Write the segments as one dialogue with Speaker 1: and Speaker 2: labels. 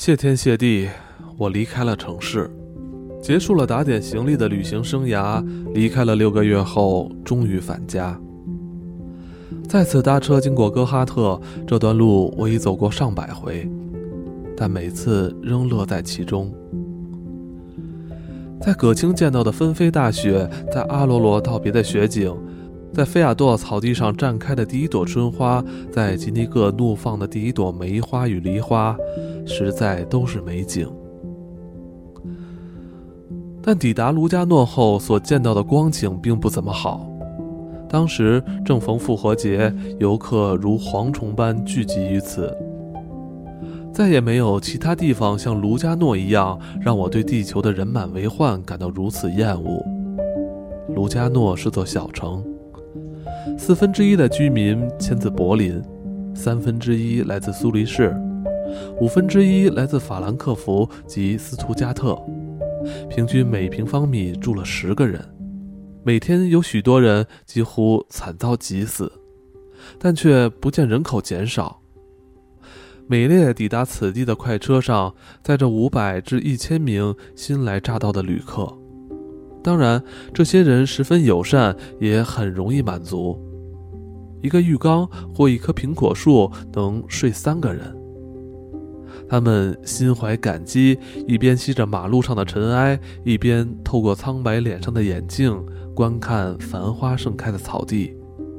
Speaker 1: 谢天谢地，我离开了城市，结束了打点行李的旅行生涯。离开了6个月后，终于返家。再次搭车经过哥哈特，这段路我已走过上百回，但每次仍乐在其中。在葛青见到的纷飞大雪，在阿罗罗道别的雪景，在菲亚多草地上绽开的第一朵春花，在吉尼各怒放的第一朵梅花与梨花，实在都是美景。但抵达卢加诺后所见到的光景并不怎么好。当时正逢复活节，游客如蝗虫般聚集于此，再也没有其他地方像卢加诺一样让我对地球的人满为患感到如此厌恶。卢加诺是座小城，1/4的居民迁自柏林，1/3来自苏黎世，1/5来自法兰克福及斯图加特，平均每平方米住了10个人。每天有许多人几乎惨遭挤死，但却不见人口减少。每列抵达此地的快车上载着500至1000名新来乍到的旅客，当然这些人十分友善，也很容易满足。一个浴缸或一棵苹果树能睡3个人。他们心怀感激，一边吸着马路上的尘埃，一边透过苍白脸上的眼镜观看繁花盛开的草地。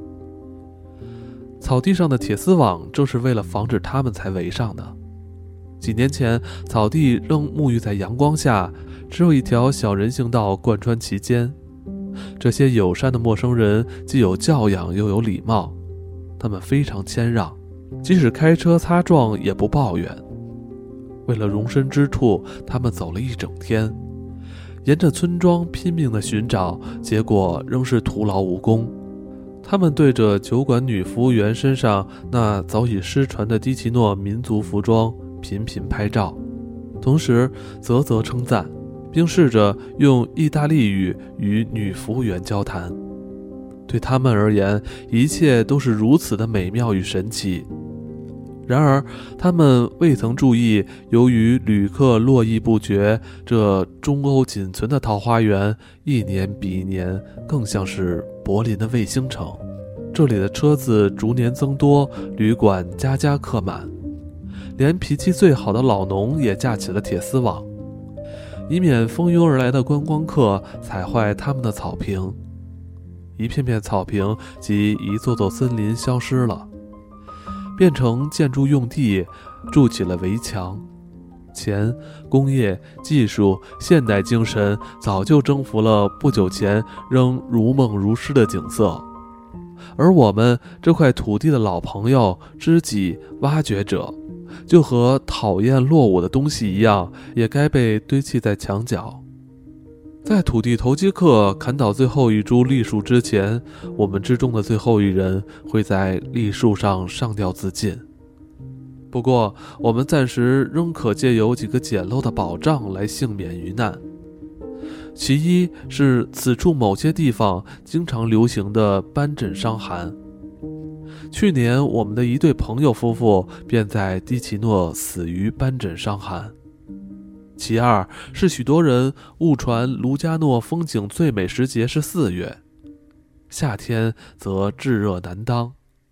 Speaker 1: 草地上的铁丝网正是为了防止他们才围上的。几年前，草地仍沐浴在阳光下，只有一条小人行道贯穿其间。这些友善的陌生人既有教养又有礼貌，他们非常谦让，即使开车擦撞也不抱怨。为了容身之处，他们走了一整天，沿着村庄拼命地寻找，结果仍是徒劳无功。他们对着酒馆女服务员身上那早已失传的迪奇诺民族服装频频拍照，同时啧啧称赞，并试着用意大利语与女服务员交谈。对他们而言，一切都是如此的美妙与神奇。然而他们未曾注意，由于旅客络绎不绝，这中欧仅存的桃花源一年比一年更像是柏林的卫星城。这里的车子逐年增多，旅馆家家客满，连脾气最好的老农也架起了铁丝网，以免蜂拥而来的观光客踩坏他们的草坪。一片片草坪及一座座森林消失了，变成建筑用地，筑起了围墙。钱、工业、技术、现代精神早就征服了不久前仍如梦如诗的景色，而我们这块土地的老朋友、知己、挖掘者，就和讨厌落伍的东西一样，也该被堆砌在墙角。在土地投机客砍倒最后一株栗树之前，我们之中的最后一人会在栗树上上吊自尽。不过我们暂时仍可借由几个简陋的保障来幸免于难。其一是此处某些地方经常流行的斑疹伤寒。去年我们的一对朋友夫妇便在蒂奇诺死于斑疹伤寒。其二是许多人误传卢加诺风景最美时节是4月，夏天则炙热难当。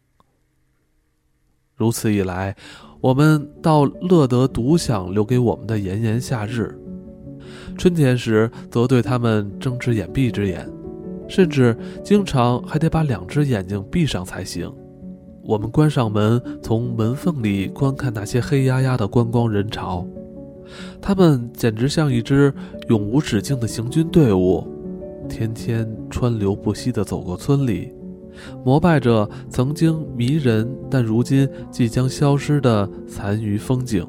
Speaker 1: 如此一来，我们倒乐得独享留给我们的炎炎夏日。春天时则对他们睁只眼闭只眼，甚至经常还得把2只眼睛闭上才行。我们关上门，从门缝里观看那些黑压压的观光人潮，他们简直像一支永无止境的行军队伍，天天川流不息地走过村里，膜拜着曾经迷人但如今即将消失的残余风景。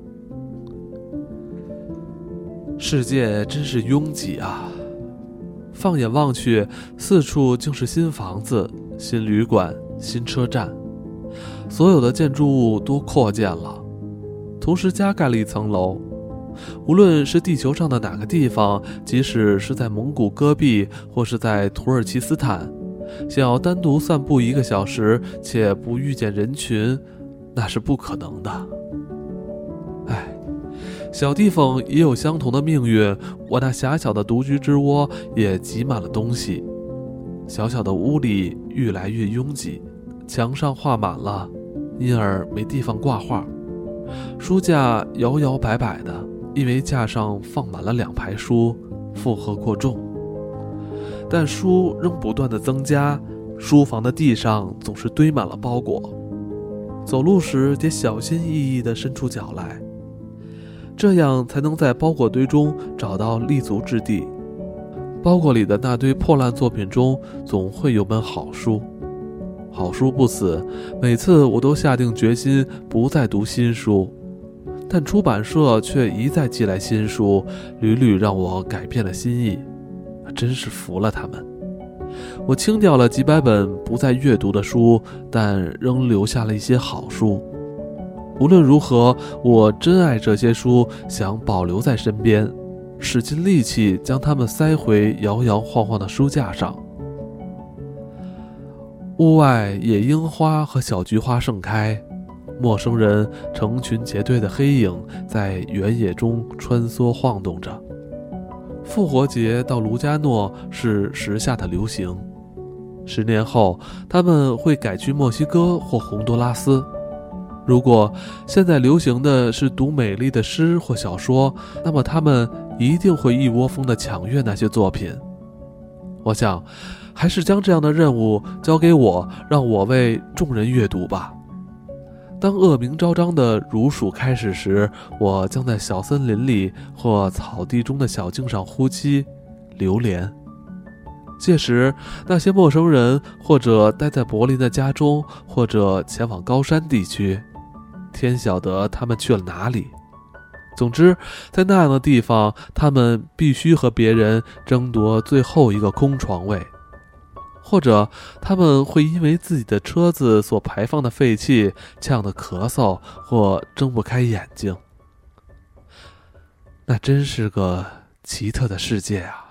Speaker 1: 世界真是拥挤啊！放眼望去，四处竟是新房子、新旅馆、新车站，所有的建筑物都扩建了，同时加盖了1层楼。无论是地球上的哪个地方，即使是在蒙古戈壁或是在土耳其斯坦，想要单独散步1个小时且不遇见人群，那是不可能的。 小地方也有相同的命运，我那狭小的独居之窝也挤满了东西。小小的屋里愈来越拥挤，墙上画满了，因而没地方挂画。书架摇摇摆摆的，因为架上放满了2排书，负荷过重。但书仍不断的增加，书房的地上总是堆满了包裹。走路时得小心翼翼地伸出脚来，这样才能在包裹堆中找到立足之地。包裹里的那堆破烂作品中总会有本好书。好书不死，每次我都下定决心不再读新书，但出版社却一再寄来新书，屡屡让我改变了心意。真是服了他们。我清掉了几百本不再阅读的书，但仍留下了一些好书。无论如何，我珍爱这些书，想保留在身边，使尽力气将它们塞回摇摇晃晃的书架上。屋外野樱花和小菊花盛开，陌生人成群结队的黑影在原野中穿梭晃动着。复活节到卢加诺是时下的流行，10年后他们会改去墨西哥或洪都拉斯。如果现在流行的是读美丽的诗或小说，那么他们一定会一窝蜂地抢阅那些作品。我想还是将这样的任务交给我，让我为众人阅读吧。当恶名昭彰的如鼠开始时，我将在小森林里或草地中的小径上呼吸流连。届时那些陌生人或者待在柏林的家中，或者前往高山地区，天晓得他们去了哪里。总之，在那样的地方，他们必须和别人争夺最后一个空床位，或者他们会因为自己的车子所排放的废气呛得咳嗽或睁不开眼睛。那真是个奇特的世界啊。